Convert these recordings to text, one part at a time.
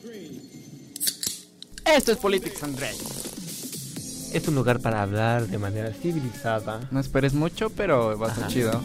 Esto es Politics and Dragons. Es un lugar para hablar de manera civilizada. No esperes mucho, pero va a estar chido.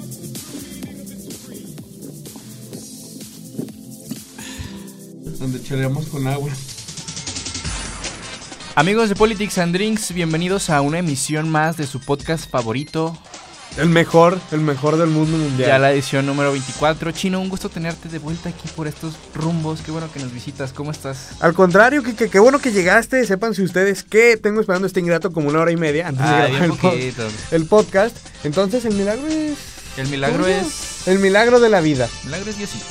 Donde choreamos con agua. Amigos de Politics and Drinks, bienvenidos a una emisión más de su podcast favorito. El mejor del mundo mundial. Ya la edición número 24. Chino, un gusto tenerte de vuelta aquí por estos rumbos. Qué bueno que nos visitas. ¿Cómo estás? Al contrario, qué bueno que llegaste. Sépanse ustedes que tengo esperando este ingrato como 1 hora y media antes de grabar el podcast. Entonces, el milagro es... El milagro es... El milagro de la vida. El milagro es Diosito.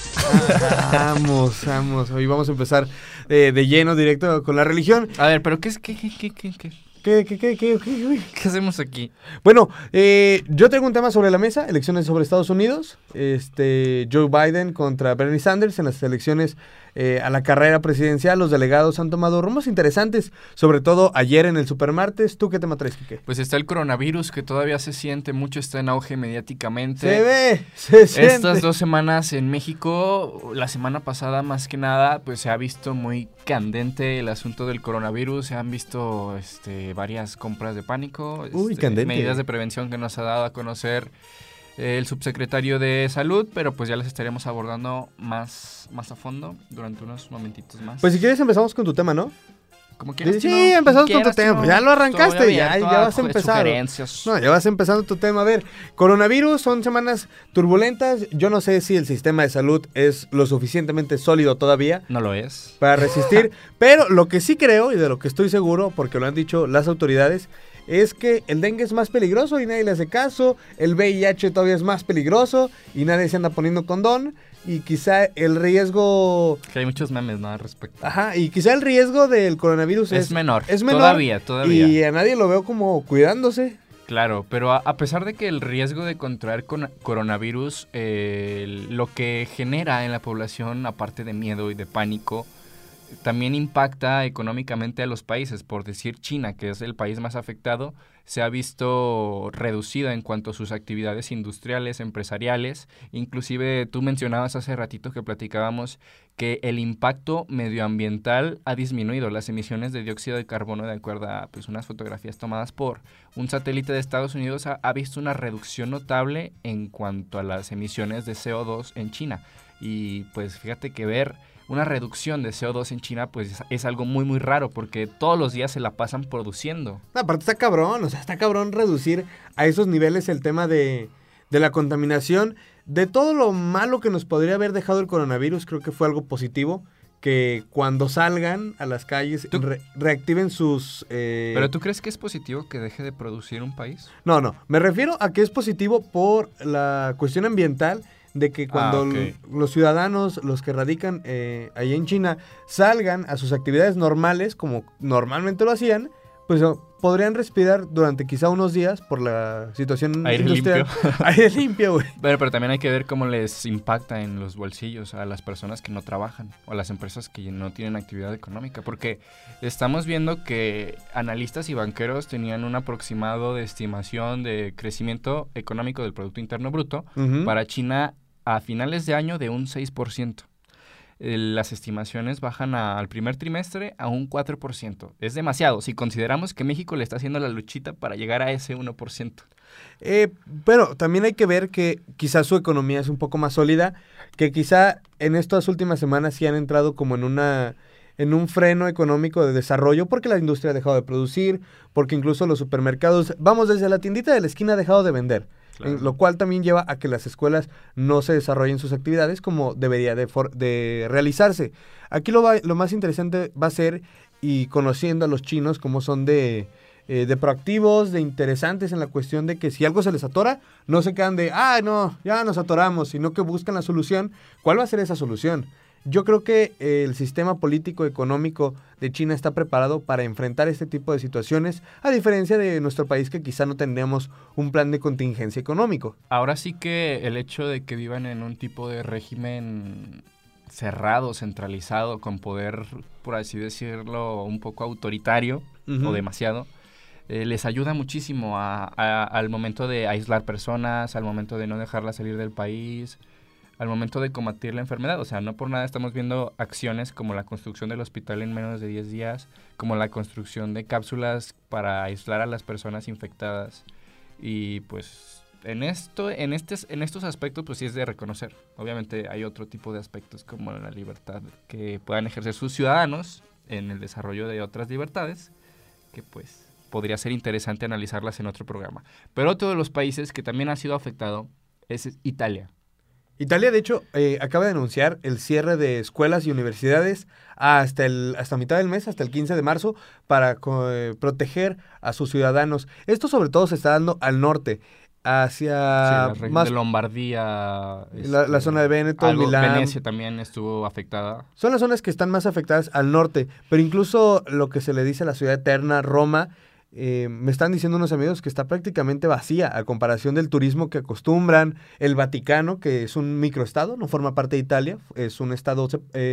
Vamos. Hoy vamos a empezar de lleno, directo con la religión. A ver, pero ¿qué es? ¿Qué hacemos aquí? Bueno, yo traigo un tema sobre la mesa, elecciones sobre Estados Unidos, Joe Biden contra Bernie Sanders en las elecciones a la carrera presidencial. Los delegados han tomado rumbos interesantes, sobre todo ayer en el Supermartes. ¿Tú qué tema traes, Quique? Pues está el coronavirus que todavía se siente mucho, está en auge mediáticamente. Se siente. Estas 2 semanas en México, la semana pasada más que nada, pues se ha visto muy candente el asunto del coronavirus. Se han visto varias compras de pánico, candente. Medidas de prevención que nos ha dado a conocer el subsecretario de Salud, pero pues ya las estaremos abordando más a fondo durante unos momentitos más. Pues si quieres empezamos con tu tema, ¿no? Como quieras, Sí, empezamos con tu tema. Ya lo arrancaste, ya vas a empezar. No, ya vas empezando tu tema. A ver, coronavirus, son semanas turbulentas. Yo no sé si el sistema de salud es lo suficientemente sólido todavía. No lo es. Para resistir. Pero lo que sí creo, y de lo que estoy seguro, porque lo han dicho las autoridades, es que el dengue es más peligroso y nadie le hace caso. El VIH todavía es más peligroso y nadie se anda poniendo condón. Y quizá el riesgo... Que hay muchos memes, ¿no? Al respecto. Ajá, y quizá el riesgo del coronavirus es menor. Todavía. Y a nadie lo veo como cuidándose. Claro, pero a pesar de que el riesgo de contraer coronavirus, lo que genera en la población, aparte de miedo y de pánico, también impacta económicamente a los países. Por decir, China, que es el país más afectado, se ha visto reducida en cuanto a sus actividades industriales, empresariales. Inclusive tú mencionabas hace ratito que platicábamos que el impacto medioambiental ha disminuido. Las emisiones de dióxido de carbono, de acuerdo a unas fotografías tomadas por un satélite de Estados Unidos, ha visto una reducción notable en cuanto a las emisiones de CO2 en China. Y pues fíjate que ver una reducción de CO2 en China pues es algo muy muy raro porque todos los días se la pasan produciendo. Aparte está cabrón reducir a esos niveles el tema de la contaminación. De todo lo malo que nos podría haber dejado el coronavirus, creo que fue algo positivo. Que cuando salgan a las calles reactiven sus... ¿Pero tú crees que es positivo que deje de producir un país? No, me refiero a que es positivo por la cuestión ambiental, de que cuando los ciudadanos, los que radican allá en China, salgan a sus actividades normales, como normalmente lo hacían, pues podrían respirar durante quizá unos días por la situación industrial. Aire limpio, güey. Pero también hay que ver cómo les impacta en los bolsillos a las personas que no trabajan o a las empresas que no tienen actividad económica, porque estamos viendo que analistas y banqueros tenían un aproximado de estimación de crecimiento económico del Producto Interno Bruto para China a finales de año de un 6%. Las estimaciones bajan al primer trimestre a un 4%. Es demasiado, si consideramos que México le está haciendo la luchita para llegar a ese 1%. Pero también hay que ver que quizás su economía es un poco más sólida, que quizá en estas últimas semanas sí han entrado como en un freno económico de desarrollo, porque la industria ha dejado de producir, porque incluso los supermercados, desde la tiendita de la esquina ha dejado de vender. Claro. Lo cual también lleva a que las escuelas no se desarrollen sus actividades como debería de realizarse. Aquí lo más interesante va a ser, y conociendo a los chinos como son de proactivos, de interesantes en la cuestión de que si algo se les atora, no se quedan de, no, ya nos atoramos, sino que buscan la solución. ¿Cuál va a ser esa solución? Yo creo que el sistema político económico de China está preparado para enfrentar este tipo de situaciones, a diferencia de nuestro país, que quizá no tendríamos un plan de contingencia económico. Ahora sí que el hecho de que vivan en un tipo de régimen cerrado, centralizado, con poder, por así decirlo, un poco autoritario o demasiado, les ayuda muchísimo al momento de aislar personas, al momento de no dejarlas salir del país, al momento de combatir la enfermedad. O sea, no por nada estamos viendo acciones como la construcción del hospital en menos de 10 días, como la construcción de cápsulas para aislar a las personas infectadas. Y pues en estos aspectos pues sí es de reconocer. Obviamente hay otro tipo de aspectos como la libertad que puedan ejercer sus ciudadanos en el desarrollo de otras libertades, que pues podría ser interesante analizarlas en otro programa. Pero otro de los países que también ha sido afectado es Italia. Italia, de hecho, acaba de anunciar el cierre de escuelas y universidades hasta mitad del mes, hasta el 15 de marzo, para proteger a sus ciudadanos. Esto sobre todo se está dando al norte, hacia la región de Lombardía. La zona de Veneto, Milán. Venecia también estuvo afectada. Son las zonas que están más afectadas al norte, pero incluso lo que se le dice a la ciudad eterna, Roma, me están diciendo unos amigos que está prácticamente vacía a comparación del turismo que acostumbran. El Vaticano, que es un microestado, no forma parte de Italia, es un estado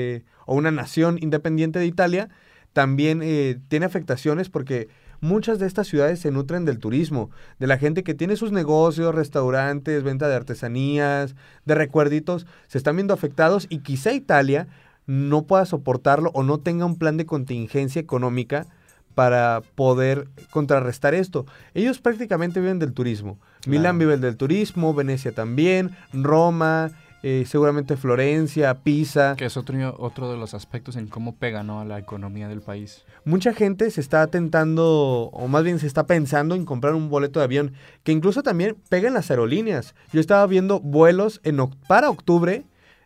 o una nación independiente de Italia, también tiene afectaciones porque muchas de estas ciudades se nutren del turismo, de la gente que tiene sus negocios, restaurantes, venta de artesanías, de recuerditos, se están viendo afectados y quizá Italia no pueda soportarlo o no tenga un plan de contingencia económica para poder contrarrestar esto. Ellos prácticamente viven del turismo. Claro. Milán vive del turismo, Venecia también, Roma, seguramente Florencia, Pisa. Que es otro de los aspectos en cómo pega, ¿no?, a la economía del país. Mucha gente se está tentando, o más bien se está pensando en comprar un boleto de avión, que incluso también pega en las aerolíneas. Yo estaba viendo vuelos para octubre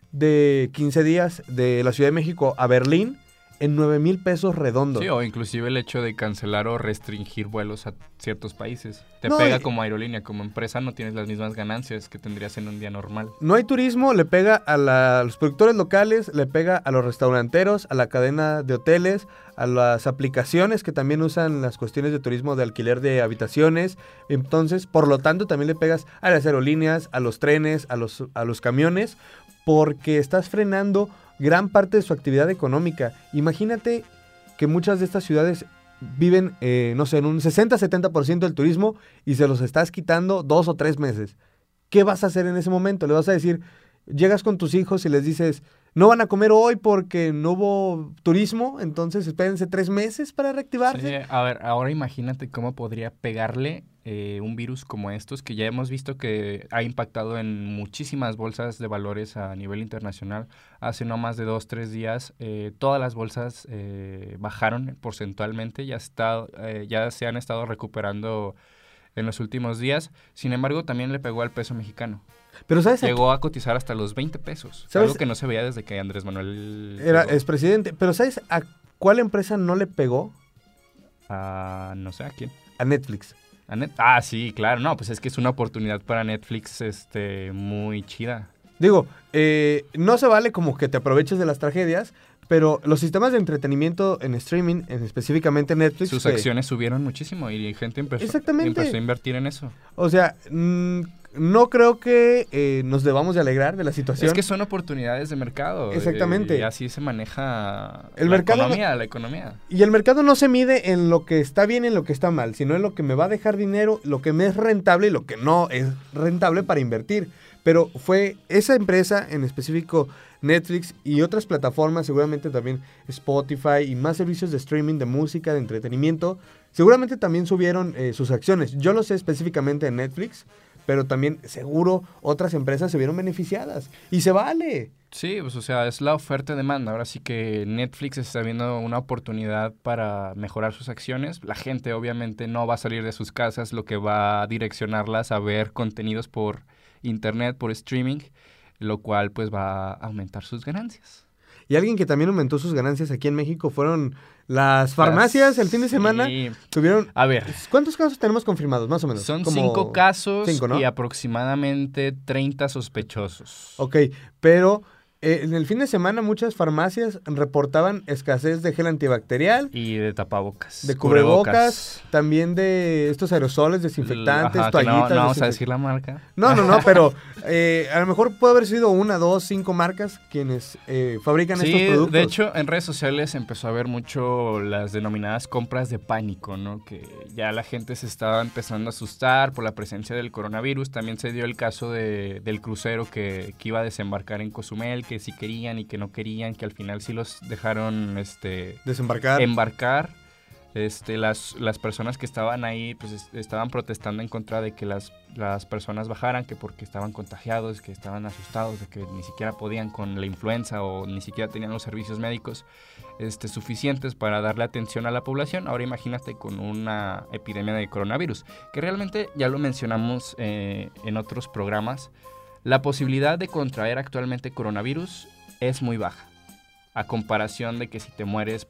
de 15 días de la Ciudad de México a Berlín, en 9,000 pesos redondos. Sí, o inclusive el hecho de cancelar o restringir vuelos a ciertos países. Te pega como aerolínea, como empresa no tienes las mismas ganancias que tendrías en un día normal. No hay turismo, le pega a los productores locales, le pega a los restauranteros, a la cadena de hoteles, a las aplicaciones que también usan las cuestiones de turismo de alquiler de habitaciones. Entonces, por lo tanto, también le pegas a las aerolíneas, a los trenes, a los camiones, porque estás frenando gran parte de su actividad económica. Imagínate que muchas de estas ciudades viven, no sé, en un 60-70% del turismo y se los estás quitando 2 o 3 meses. ¿Qué vas a hacer en ese momento? Le vas a decir, llegas con tus hijos y les dices, no van a comer hoy porque no hubo turismo, entonces espérense 3 meses para reactivarse. Sí, a ver, ahora imagínate cómo podría pegarle un virus como estos, que ya hemos visto que ha impactado en muchísimas bolsas de valores a nivel internacional. Hace no más de 2-3 días, todas las bolsas bajaron porcentualmente, ya se han estado recuperando en los últimos días. Sin embargo, también le pegó al peso mexicano. Pero ¿sabes? Llegó a cotizar hasta los 20 pesos. ¿Sabes? Algo que no se veía desde que Andrés Manuel es presidente. Pero ¿sabes a cuál empresa no le pegó? No sé, ¿a quién? A Netflix. Sí, claro. No, pues es que es una oportunidad para Netflix muy chida. Digo, no se vale como que te aproveches de las tragedias, pero los sistemas de entretenimiento en streaming, específicamente Netflix... Sus acciones subieron muchísimo y gente empezó a invertir en eso. O sea, no creo que nos debamos de alegrar de la situación. Es que son oportunidades de mercado. Exactamente. Y así se maneja la economía. Y el mercado no se mide en lo que está bien y en lo que está mal, sino en lo que me va a dejar dinero, lo que me es rentable y lo que no es rentable para invertir. Pero fue esa empresa, en específico Netflix y otras plataformas, seguramente también Spotify y más servicios de streaming, de música, de entretenimiento, seguramente también subieron sus acciones. Yo lo sé específicamente en Netflix, pero también seguro otras empresas se vieron beneficiadas. Y se vale. Sí, pues o sea, es la oferta y demanda. Ahora sí que Netflix está viendo una oportunidad para mejorar sus acciones. La gente obviamente no va a salir de sus casas, lo que va a direccionarlas a ver contenidos por internet, por streaming, lo cual pues va a aumentar sus ganancias. Y alguien que también aumentó sus ganancias aquí en México fueron las farmacias. El fin de semana tuvieron... A ver. ¿Cuántos casos tenemos confirmados, más o menos? Son 5 casos, ¿no? Y aproximadamente 30 sospechosos. Ok, pero En el fin de semana muchas farmacias reportaban escasez de gel antibacterial, Y de tapabocas. de cubrebocas, también de estos aerosoles desinfectantes, Ajá, que toallitas. no vamos a decir la marca. No, pero a lo mejor puede haber sido 1, 2, 5 marcas quienes fabrican estos Sí, productos. de hecho, en redes sociales empezó a ver mucho las denominadas compras de pánico, ¿no? Que ya la gente se estaba empezando a asustar por la presencia del coronavirus. También se dio el caso del crucero que iba a desembarcar en Cozumel, que sí querían y que no querían, que al final sí los dejaron Desembarcar. embarcar. Las personas que estaban ahí pues estaban protestando en contra de que las personas bajaran, que porque estaban contagiados, que estaban asustados, de que ni siquiera podían con la influenza o ni siquiera tenían los servicios médicos suficientes para darle atención a la población. Ahora imagínate con una epidemia de coronavirus, que realmente ya lo mencionamos en otros programas. La posibilidad de contraer actualmente coronavirus es muy baja, a comparación de que si te mueres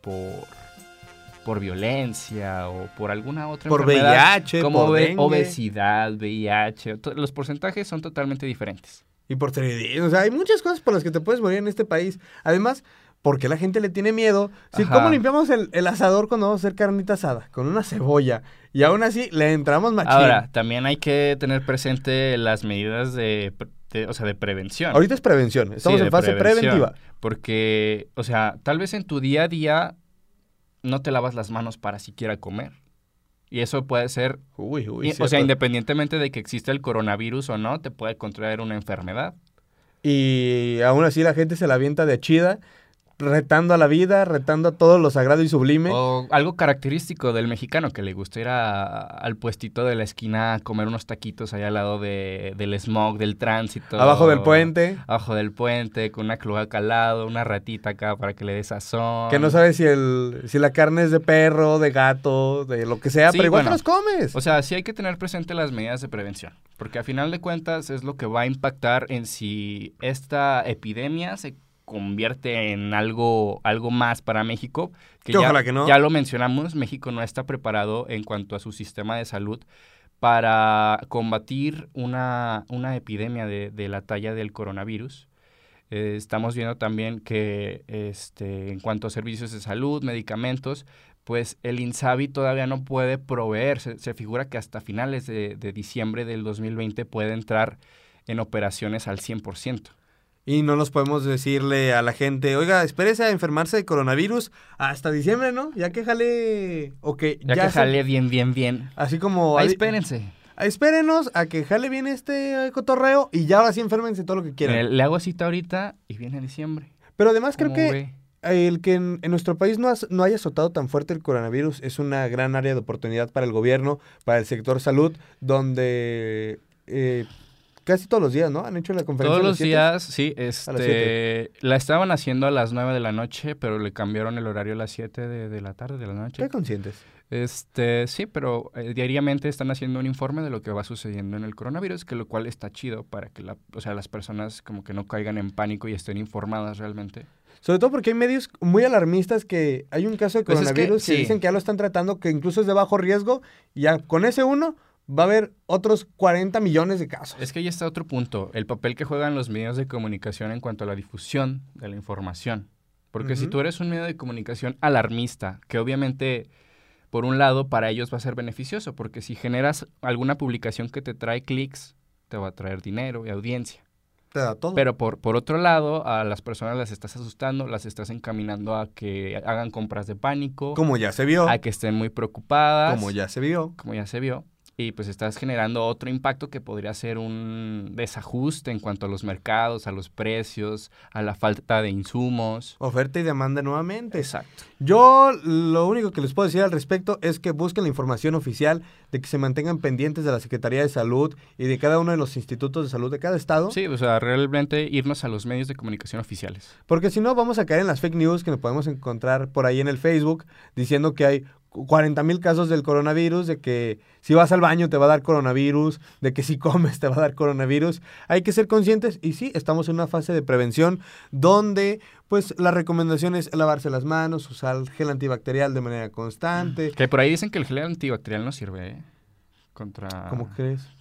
por violencia o por alguna otra enfermedad, VIH, como por dengue. obesidad, VIH, los porcentajes son totalmente diferentes. Y por tiroides. O sea, hay muchas cosas por las que te puedes morir en este país. Además, ¿por qué la gente le tiene miedo? Si, Ajá. ¿cómo limpiamos el asador cuando vamos a hacer carnita asada? Con una cebolla. Y aún así le entramos machín. Ahora, también hay que tener presente las medidas de prevención. Ahorita es prevención. Estamos Sí, en de fase prevención, preventiva. Porque, o sea, tal vez en tu día a día no te lavas las manos para siquiera comer. Y eso puede ser, Uy, o sea, cierto. independientemente de que exista el coronavirus o no, te puede contraer una enfermedad. Y aún así la gente se la avienta de chida, retando a la vida, retando a todo lo sagrado y sublime. O algo característico del mexicano, que le gusta ir al puestito de la esquina a comer unos taquitos allá al lado del smog, del tránsito. Abajo del puente. Abajo del puente, con una cloaca al lado, una ratita acá para que le dé sazón. Que no sabes si la carne es de perro, de gato, de lo que sea, Sí, pero igual bueno, te los comes. O sea, sí hay que tener presente las medidas de prevención, porque a final de cuentas es lo que va a impactar en si esta epidemia se convierte en algo más para México, Que ojalá que no. Ya lo mencionamos, México no está preparado en cuanto a su sistema de salud para combatir una epidemia de la talla del coronavirus. Estamos viendo también que en cuanto a servicios de salud, medicamentos, pues el INSABI todavía no puede proveer. Se figura que hasta finales de diciembre del 2020 puede entrar en operaciones al 100%. Y no nos podemos decirle a la gente, oiga, espérese a enfermarse de coronavirus hasta diciembre, ¿no? Ya que jale... Ya que jale bien. Así como... Ahí espérense. Espérenos a que jale bien este cotorreo y ya ahora sí enférmense todo lo que quieran. Le hago cita ahorita y viene diciembre. Pero además creo ¿Cómo que ve? el que en nuestro país no haya azotado tan fuerte el coronavirus es una gran área de oportunidad para el gobierno, para el sector salud, donde casi todos los días, ¿no? Han hecho la conferencia. Todos a los las 7. días, sí. A las 7. La estaban haciendo a las 9 de la noche, pero le cambiaron el horario a las 7 de la tarde, de la noche. ¿Qué conscientes? Sí, pero diariamente están haciendo un informe de lo que va sucediendo en el coronavirus, que lo cual está chido para que las personas como que no caigan en pánico y estén informadas realmente. Sobre todo porque hay medios muy alarmistas que hay un caso de Pues es que, coronavirus que sí. dicen que ya lo están tratando, que incluso es de bajo riesgo, y ya con ese uno va a haber otros 40 millones de casos. Es que ahí está otro punto, el papel que juegan los medios de comunicación en cuanto a la difusión de la información. Porque si tú eres un medio de comunicación alarmista, que obviamente, por un lado, para ellos va a ser beneficioso, porque si generas alguna publicación que te trae clics, te va a traer dinero y audiencia. Te da todo. Pero por otro lado, a las personas las estás asustando, las estás encaminando a que hagan compras de pánico, Como ya se vio. a que estén muy preocupadas. Como ya se vio. Como ya se vio. Y pues estás generando otro impacto que podría ser un desajuste en cuanto a los mercados, a los precios, a la falta de insumos. Oferta y demanda nuevamente. Exacto. Yo lo único que les puedo decir al respecto es que busquen la información oficial, de que se mantengan pendientes de la Secretaría de Salud y de cada uno de los institutos de salud de cada estado. Sí, o sea, realmente irnos a los medios de comunicación oficiales. Porque si no, vamos a caer en las fake news que nos podemos encontrar por ahí en el Facebook, diciendo que hay 40,000 casos del coronavirus, de que si vas al baño te va a dar coronavirus, de que si comes te va a dar coronavirus. Hay que ser conscientes y sí, estamos en una fase de prevención donde pues la recomendación es lavarse las manos, usar gel antibacterial de manera constante. Que por ahí dicen que el gel antibacterial no sirve, ¿eh? Contra... ¿Cómo crees?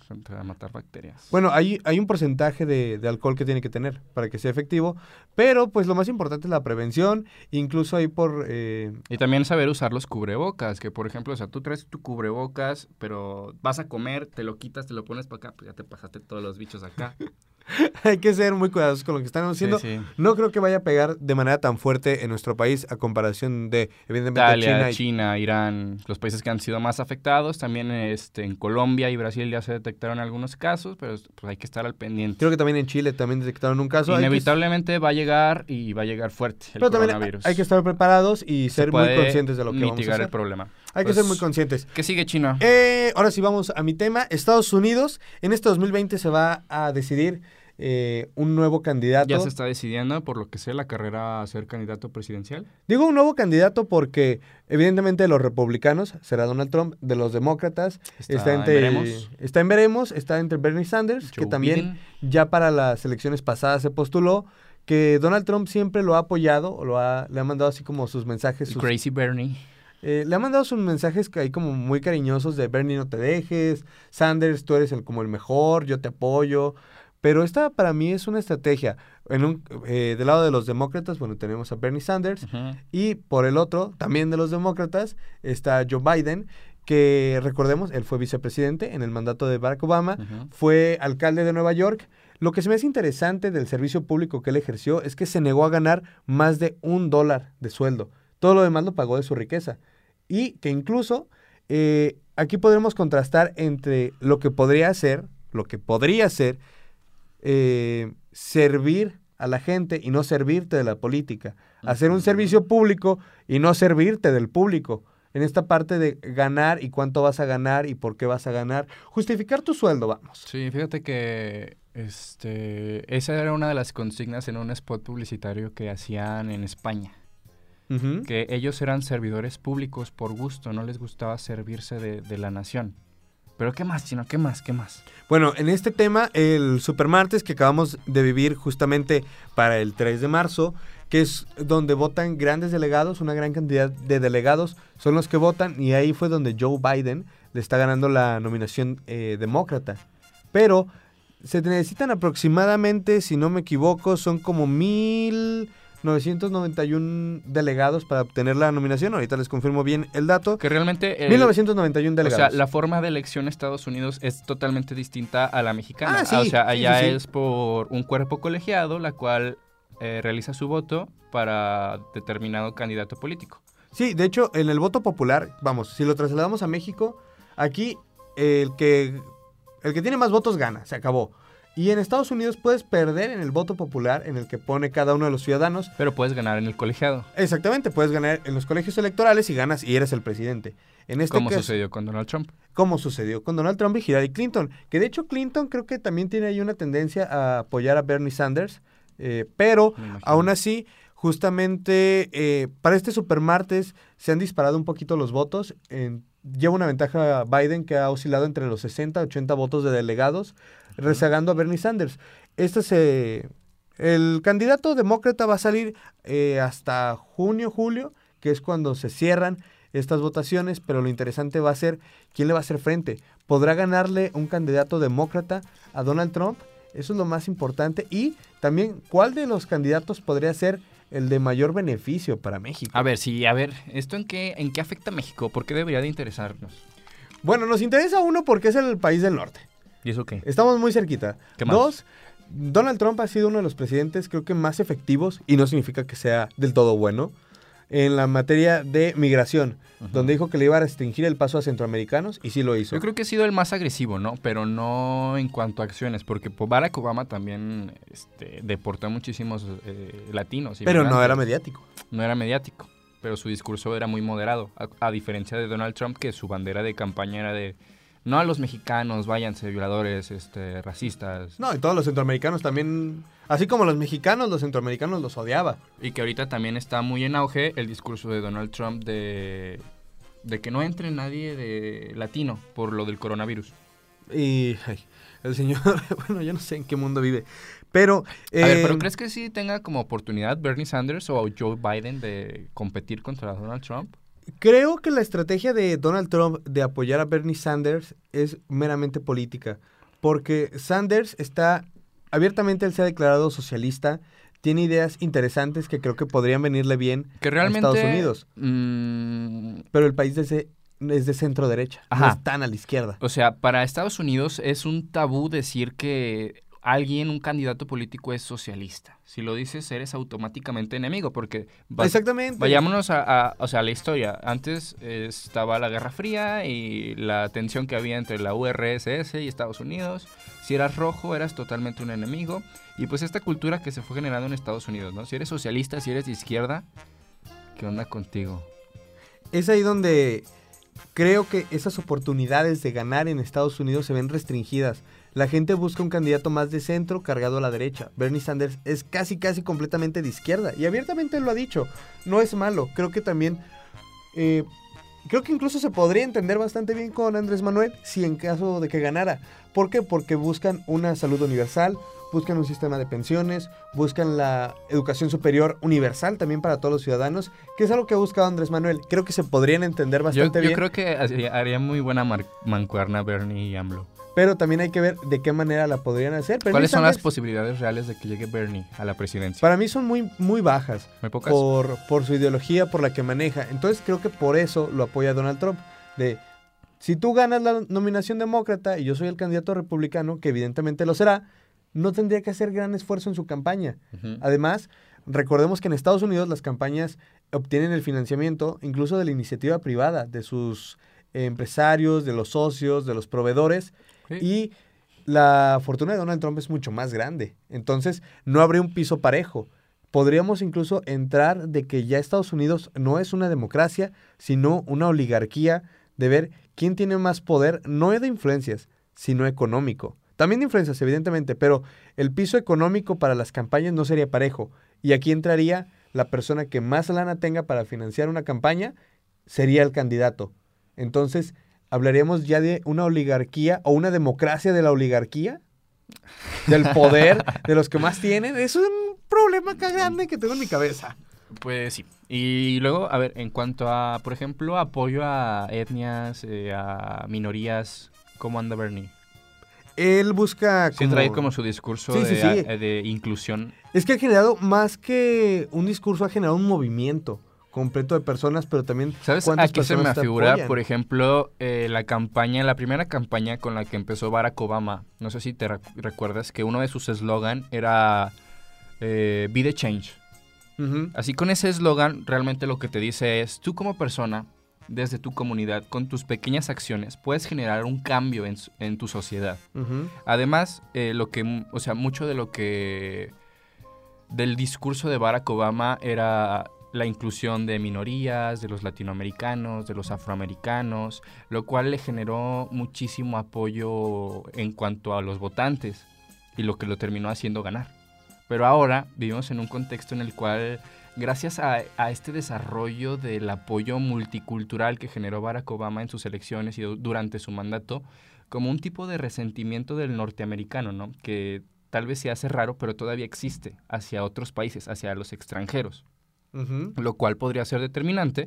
contra matar bacterias. Bueno, hay un porcentaje de alcohol que tiene que tener para que sea efectivo, pero pues lo más importante es la prevención, incluso ahí Y también saber usar los cubrebocas, que por ejemplo, o sea, tú traes tu cubrebocas, pero vas a comer, te lo quitas, te lo pones para acá, pues ya te pasaste todos los bichos acá. hay que ser muy cuidadosos con lo que están haciendo. Sí, sí. No creo que vaya a pegar de manera tan fuerte en nuestro país a comparación de, evidentemente, Italia, China. China, Irán, los países que han sido más afectados. También en Colombia y Brasil ya se detectaron algunos casos, pero pues hay que estar al pendiente. Creo que también en Chile también detectaron un caso. Inevitablemente va a llegar y va a llegar fuerte el Pero también coronavirus. hay que estar preparados y Se ser muy puede conscientes de lo que vamos a mitigar hacer. el problema. Hay que Pues, ser muy conscientes. ¿Qué sigue, Chino? Ahora sí vamos a mi tema. Estados Unidos, en este 2020 se va a decidir un nuevo candidato. Ya se está decidiendo, por lo que sé, la carrera a ser candidato presidencial. Digo un nuevo candidato porque evidentemente de los republicanos será Donald Trump, de los demócratas está en veremos, está entre Bernie Sanders, Joe que también Biden. ya para las elecciones pasadas se postuló, que Donald Trump siempre lo ha apoyado, o le ha mandado así como sus mensajes. El Crazy Bernie. Le ha mandado sus mensajes que hay como muy cariñosos de Bernie, no te dejes, Sanders, tú eres como el mejor, yo te apoyo. Pero esta para mí es una estrategia. Del lado de los demócratas, bueno, tenemos a Bernie Sanders. Ujú. Y por el otro, también de los demócratas, está Joe Biden, que recordemos, él fue vicepresidente en el mandato de Barack Obama, Ujú. fue alcalde de Nueva York. Lo que se me hace interesante del servicio público que él ejerció es que se negó a ganar más de $1 de sueldo. Todo lo demás lo pagó de su riqueza. Y que incluso aquí podremos contrastar entre lo que podría ser servir a la gente y no servirte de la política. Hacer un servicio público y no servirte del público. En esta parte de ganar y cuánto vas a ganar y por qué vas a ganar. Justificar tu sueldo, vamos. Sí, fíjate que esa era una de las consignas en un spot publicitario que hacían en España. Ujú. Que ellos eran servidores públicos por gusto, no les gustaba servirse de la nación. Pero ¿qué más, Chino? ¿Qué más? Bueno, en este tema, el Supermartes que acabamos de vivir justamente para el 3 de marzo, que es donde votan grandes delegados, una gran cantidad de delegados son los que votan, y ahí fue donde Joe Biden le está ganando la nominación demócrata. Pero se necesitan aproximadamente, si no me equivoco, son como 1,991 delegados para obtener la nominación. Ahorita les confirmo bien el dato. Que realmente... 1,991 o delegados. sea, la forma de elección en Estados Unidos es totalmente distinta a la mexicana. Ah, sí, o sea, sí, allá sí, sí. es por un cuerpo colegiado, la cual realiza su voto para determinado candidato político. Sí, de hecho, en el voto popular, vamos, si lo trasladamos a México, aquí el que tiene más votos gana, se acabó. Y en Estados Unidos puedes perder en el voto popular en el que pone cada uno de los ciudadanos. Pero puedes ganar en el colegiado. Exactamente, puedes ganar en los colegios electorales y ganas y eres el presidente. En este Como caso, sucedió con Donald Trump. como sucedió con Donald Trump y Hillary Clinton. Que de hecho Clinton creo que también tiene ahí una tendencia a apoyar a Bernie Sanders. Pero Me imagino. aún así, justamente para este supermartes se han disparado un poquito los votos. Lleva una ventaja Biden que ha oscilado entre los 60 a 80 votos de delegados, rezagando a Bernie Sanders. El candidato demócrata va a salir hasta junio, julio, que es cuando se cierran estas votaciones, pero lo interesante va a ser quién le va a hacer frente. ¿Podrá ganarle un candidato demócrata a Donald Trump? Eso es lo más importante. Y también, ¿cuál de los candidatos podría ser el de mayor beneficio para México? A ver, ¿esto en qué afecta a México? ¿Por qué debería de interesarnos? Bueno, nos interesa uno porque es el país del norte. ¿Y eso qué? Estamos muy cerquita. ¿Qué más? 2, Donald Trump ha sido uno de los presidentes, creo que más efectivos, y no significa que sea del todo bueno, en la materia de migración, donde dijo que le iba a restringir el paso a centroamericanos, y sí lo hizo. Yo creo que ha sido el más agresivo, ¿no? Pero no en cuanto a acciones, porque Barack Obama también deportó a muchísimos latinos. Pero no inmigrantes. era mediático. No era mediático, pero su discurso era muy moderado, a diferencia de Donald Trump, que su bandera de campaña era de no a los mexicanos, váyanse violadores, racistas. No, y todos los centroamericanos también, así como los mexicanos, los centroamericanos los odiaba. Y que ahorita también está muy en auge el discurso de Donald Trump de que no entre nadie de latino por lo del coronavirus. Y el señor, bueno, yo no sé en qué mundo vive, pero... A ver, ¿pero crees que sí tenga como oportunidad Bernie Sanders o Joe Biden de competir contra Donald Trump? Creo que la estrategia de Donald Trump de apoyar a Bernie Sanders es meramente política, porque Sanders está abiertamente, él se ha declarado socialista, tiene ideas interesantes que creo que podrían venirle bien Que a realmente... Estados Unidos, pero el país es de centro derecha, no Ajá. es tan a la izquierda. O sea, para Estados Unidos es un tabú decir que un candidato político es socialista. Si lo dices, eres automáticamente enemigo, porque Exactamente. vayámonos o sea, a la historia. Antes estaba la Guerra Fría y la tensión que había entre la URSS y Estados Unidos. Si eras rojo, eras totalmente un enemigo. Y pues esta cultura que se fue generando en Estados Unidos, ¿no? Si eres socialista, si eres de izquierda, ¿qué onda contigo? Es ahí donde creo que esas oportunidades de ganar en Estados Unidos se ven restringidas. La gente busca un candidato más de centro cargado a la derecha. Bernie Sanders es casi completamente de izquierda y abiertamente lo ha dicho. No es malo. Creo que también, creo que incluso se podría entender bastante bien con Andrés Manuel si en caso de que ganara. ¿Por qué? Porque buscan una salud universal, buscan un sistema de pensiones, buscan la educación superior universal también para todos los ciudadanos, que es algo que ha buscado Andrés Manuel. Creo que se podrían entender bastante bien. Yo creo que haría muy buena mancuerna Bernie y AMLO. Pero también hay que ver de qué manera la podrían hacer. ¿Cuáles son las posibilidades reales de que llegue Bernie a la presidencia? Para mí son muy bajas. ¿Muy pocas? Por su ideología, por la que maneja. Entonces creo que por eso lo apoya Donald Trump. Si tú ganas la nominación demócrata y yo soy el candidato republicano, que evidentemente lo será, no tendría que hacer gran esfuerzo en su campaña. Uh-huh. Además, recordemos que en Estados Unidos las campañas obtienen el financiamiento incluso de la iniciativa privada, de sus empresarios, de los socios, de los proveedores. Sí. Y la fortuna de Donald Trump es mucho más grande. Entonces, no habría un piso parejo. Podríamos incluso entrar de que ya Estados Unidos no es una democracia, sino una oligarquía, de ver quién tiene más poder, no de influencias, sino económico. También de influencias, evidentemente, pero el piso económico para las campañas no sería parejo. Y aquí entraría la persona que más lana tenga para financiar una campaña, sería el candidato. Entonces, ¿hablaríamos ya de una oligarquía o una democracia de la oligarquía? ¿Del poder de los que más tienen? Es un problema grande que tengo en mi cabeza. Pues sí. Y luego, a ver, en cuanto a, por ejemplo, apoyo a etnias, a minorías, ¿cómo anda Bernie? Él busca como... Sí, trae como su discurso de inclusión. Es que ha generado, más que un discurso, ha generado un movimiento completo de personas, pero también... ¿Sabes? Aquí se me afigura, por ejemplo, la primera campaña con la que empezó Barack Obama. No sé si te recuerdas que uno de sus eslogan era Be the Change. Uh-huh. Así, con ese eslogan, realmente lo que te dice es, tú como persona, desde tu comunidad, con tus pequeñas acciones, puedes generar un cambio en tu sociedad. Uh-huh. Además, mucho de lo que... del discurso de Barack Obama era la inclusión de minorías, de los latinoamericanos, de los afroamericanos, lo cual le generó muchísimo apoyo en cuanto a los votantes y lo que lo terminó haciendo ganar. Pero ahora vivimos en un contexto en el cual, gracias a este desarrollo del apoyo multicultural que generó Barack Obama en sus elecciones y durante su mandato, como un tipo de resentimiento del norteamericano, ¿no? Que tal vez se hace raro, pero todavía existe hacia otros países, hacia los extranjeros. Uh-huh. Lo cual podría ser determinante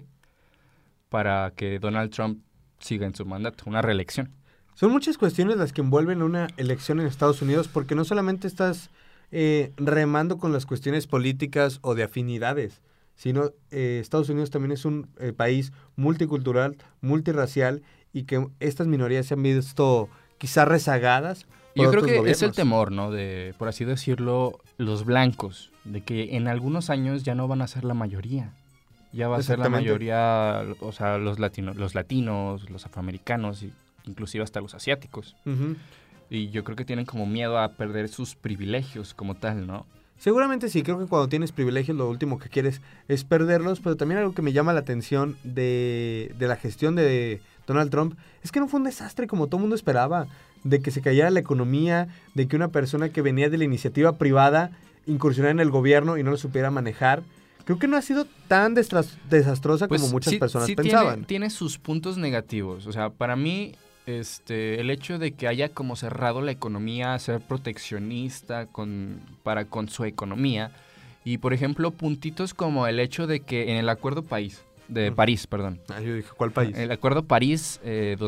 para que Donald Trump siga en su mandato, una reelección. Son muchas cuestiones las que envuelven una elección en Estados Unidos, porque no solamente estás remando con las cuestiones políticas o de afinidades, sino Estados Unidos también es un país multicultural, multirracial, y que estas minorías se han visto quizás rezagadas. Yo creo que es el temor, ¿no? De, por así decirlo, los blancos, de que en algunos años ya no van a ser la mayoría. Ya va a ser la mayoría, o sea, los latinos, los afroamericanos, y inclusive hasta los asiáticos. Uh-huh. Y yo creo que tienen como miedo a perder sus privilegios como tal, ¿no? Seguramente sí, creo que cuando tienes privilegios lo último que quieres es perderlos, pero también algo que me llama la atención de la gestión de Donald Trump es que no fue un desastre como todo el mundo esperaba, de que se cayera la economía, de que una persona que venía de la iniciativa privada incursionara en el gobierno y no lo supiera manejar. Creo que no ha sido tan desastrosa como muchas personas pensaban. Tiene sus puntos negativos, o sea, para mí... el hecho de que haya como cerrado la economía, ser proteccionista con su economía, y por ejemplo puntitos como el hecho de que en el Acuerdo País, de París, perdón. Yo dije, ¿cuál país? El Acuerdo París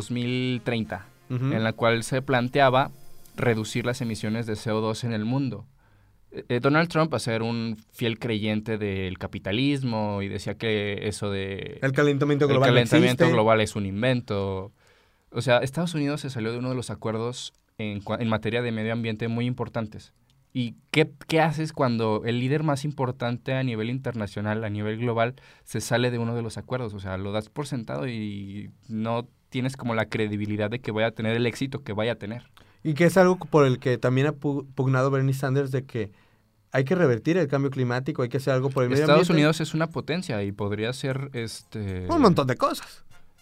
2030, en la cual se planteaba reducir las emisiones de CO2 en el mundo. Donald Trump, a ser un fiel creyente del capitalismo, y decía que eso de... El calentamiento global El calentamiento existe. global es un invento. O sea, Estados Unidos se salió de uno de los acuerdos en materia de medio ambiente muy importantes. ¿Y qué haces cuando el líder más importante a nivel internacional, a nivel global, se sale de uno de los acuerdos? O sea, lo das por sentado y no tienes como la credibilidad de que vaya a tener el éxito que vaya a tener. Y que es algo por el que también ha pugnado Bernie Sanders, de que hay que revertir el cambio climático, hay que hacer algo por el medio ambiente. Estados Unidos es una potencia y podría ser un montón de cosas.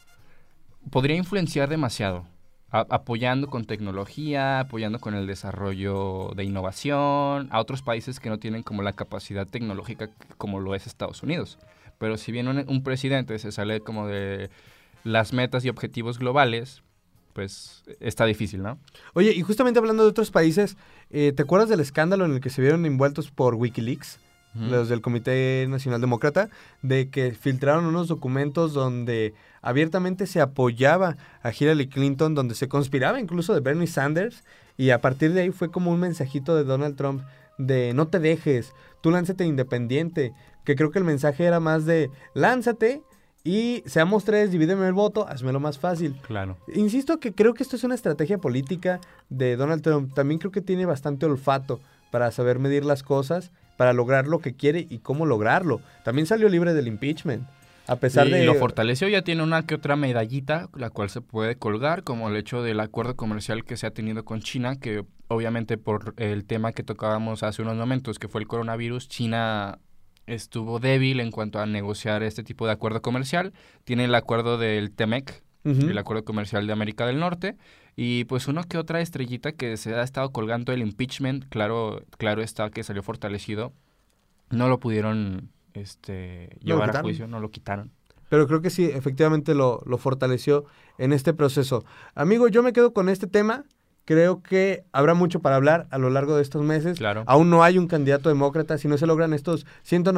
Podría influenciar demasiado, apoyando con tecnología, apoyando con el desarrollo de innovación a otros países que no tienen como la capacidad tecnológica como lo es Estados Unidos. Pero si bien un presidente se sale como de las metas y objetivos globales, pues está difícil, ¿no? Oye, y justamente hablando de otros países, ¿te acuerdas del escándalo en el que se vieron envueltos por WikiLeaks? Los del Comité Nacional Demócrata, de que filtraron unos documentos donde abiertamente se apoyaba a Hillary Clinton, donde se conspiraba incluso de Bernie Sanders, y a partir de ahí fue como un mensajito de Donald Trump de no te dejes, tú lánzate independiente, que creo que el mensaje era más de lánzate y seamos tres, divídeme el voto, hazmelo más fácil. Claro. Insisto que creo que esto es una estrategia política de Donald Trump, también creo que tiene bastante olfato para saber medir las cosas, para lograr lo que quiere y cómo lograrlo. También salió libre del impeachment, a pesar de... Y lo fortaleció, ya tiene una que otra medallita, la cual se puede colgar, como el hecho del acuerdo comercial que se ha tenido con China, que obviamente por el tema que tocábamos hace unos momentos, que fue el coronavirus, China estuvo débil en cuanto a negociar este tipo de acuerdo comercial. Tiene el acuerdo del TEMEC, el acuerdo comercial de América del Norte, y pues uno que otra estrellita que se ha estado colgando el impeachment, claro está que salió fortalecido. No lo pudieron llevar a juicio, no lo quitaron. Pero creo que sí, efectivamente lo fortaleció en este proceso. Amigo, yo me quedo con este tema. Creo que habrá mucho para hablar a lo largo de estos meses. Claro. Aún no hay un candidato demócrata. Si no se logran estos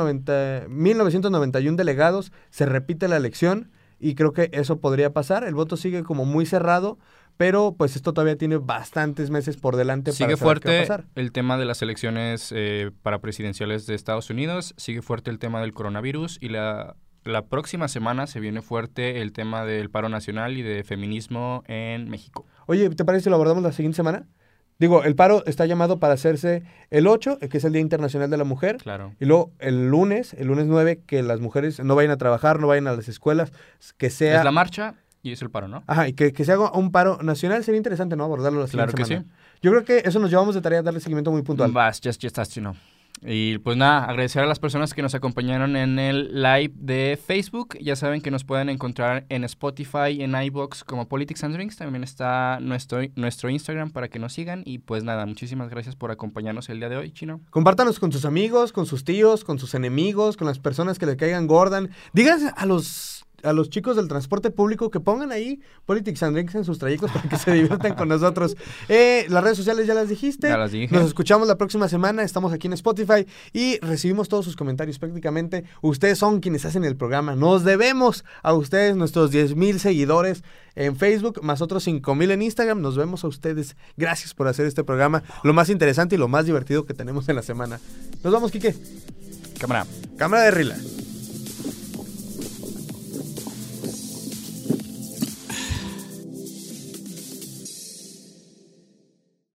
1.991 delegados, se repite la elección. Y creo que eso podría pasar. El voto sigue como muy cerrado, pero pues esto todavía tiene bastantes meses por delante sigue para saber qué va a fuerte pasar. El tema de las elecciones para presidenciales de Estados Unidos, sigue fuerte el tema del coronavirus y la próxima semana se viene fuerte el tema del paro nacional y de feminismo en México. Oye, ¿te parece si lo abordamos la siguiente semana? Digo, el paro está llamado para hacerse el 8, que es el Día Internacional de la Mujer. Claro. Y luego el lunes 9, que las mujeres no vayan a trabajar, no vayan a las escuelas, que sea... Es la marcha y es el paro, ¿no? Ajá, y que se haga un paro nacional. Sería interesante, ¿no? Abordarlo la siguiente semana. Claro que sí. Yo creo que eso nos llevamos de tarea, darle seguimiento muy puntual. Vas, ya estás, Chino. Y pues nada, agradecer a las personas que nos acompañaron en el live de Facebook. Ya saben que nos pueden encontrar en Spotify, en iVoox como Politics and Drinks. También está nuestro Instagram para que nos sigan. Y pues nada, muchísimas gracias por acompañarnos el día de hoy, Chino. Compártanos con sus amigos, con sus tíos, con sus enemigos, con las personas que le caigan gordan. Díganse a los chicos del transporte público que pongan ahí Politics and Drinks en sus trayectos para que se diviertan con nosotros. Las redes sociales ya las dijiste. Ya las dije. Nos escuchamos la próxima semana. Estamos aquí en Spotify y recibimos todos sus comentarios prácticamente. Ustedes son quienes hacen el programa. Nos debemos a ustedes, nuestros 10,000 seguidores en Facebook, más otros 5,000 en Instagram. Nos vemos a ustedes. Gracias por hacer este programa lo más interesante y lo más divertido que tenemos en la semana. Nos vamos, Quique. Cámara. Cámara de Rila.